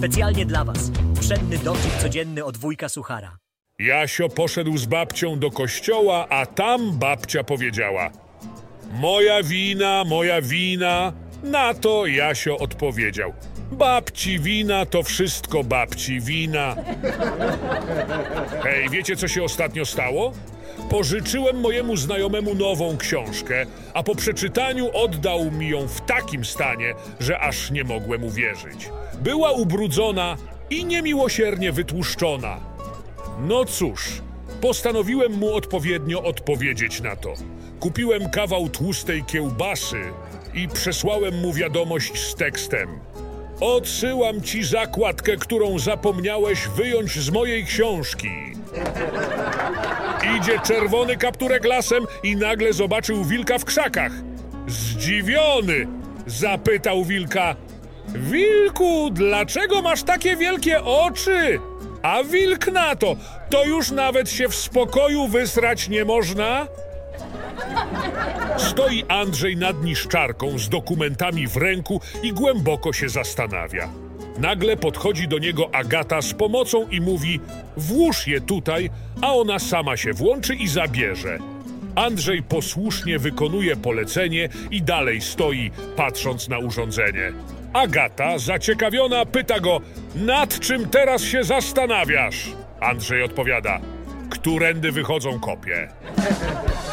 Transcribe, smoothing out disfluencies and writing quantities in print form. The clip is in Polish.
Specjalnie dla was. Pszenny dowcip codzienny od wujka Suchara. Jasio poszedł z babcią do kościoła, a tam babcia powiedziała: moja wina. Na to Jasio odpowiedział: babci wina to wszystko babci wina. Hej, wiecie co się ostatnio stało? Pożyczyłem mojemu znajomemu nową książkę, a po przeczytaniu oddał mi ją w takim stanie, że aż nie mogłem uwierzyć. Była ubrudzona i niemiłosiernie wytłuszczona. No cóż, postanowiłem mu odpowiednio odpowiedzieć na to. Kupiłem kawał tłustej kiełbasy i przesłałem mu wiadomość z tekstem: odsyłam ci zakładkę, którą zapomniałeś wyjąć z mojej książki. Idzie czerwony kapturek lasem i nagle zobaczył wilka w krzakach. Zdziwiony zapytał wilka: wilku, dlaczego masz takie wielkie oczy? A wilk na to: to już nawet się w spokoju wysrać nie można? Stoi Andrzej nad niszczarką z dokumentami w ręku i głęboko się zastanawia. Nagle podchodzi do niego Agata z pomocą i mówi: włóż je tutaj, a ona sama się włączy i zabierze. Andrzej posłusznie wykonuje polecenie i dalej stoi, patrząc na urządzenie. Agata, zaciekawiona, pyta go: nad czym teraz się zastanawiasz? Andrzej odpowiada: którędy wychodzą kopie.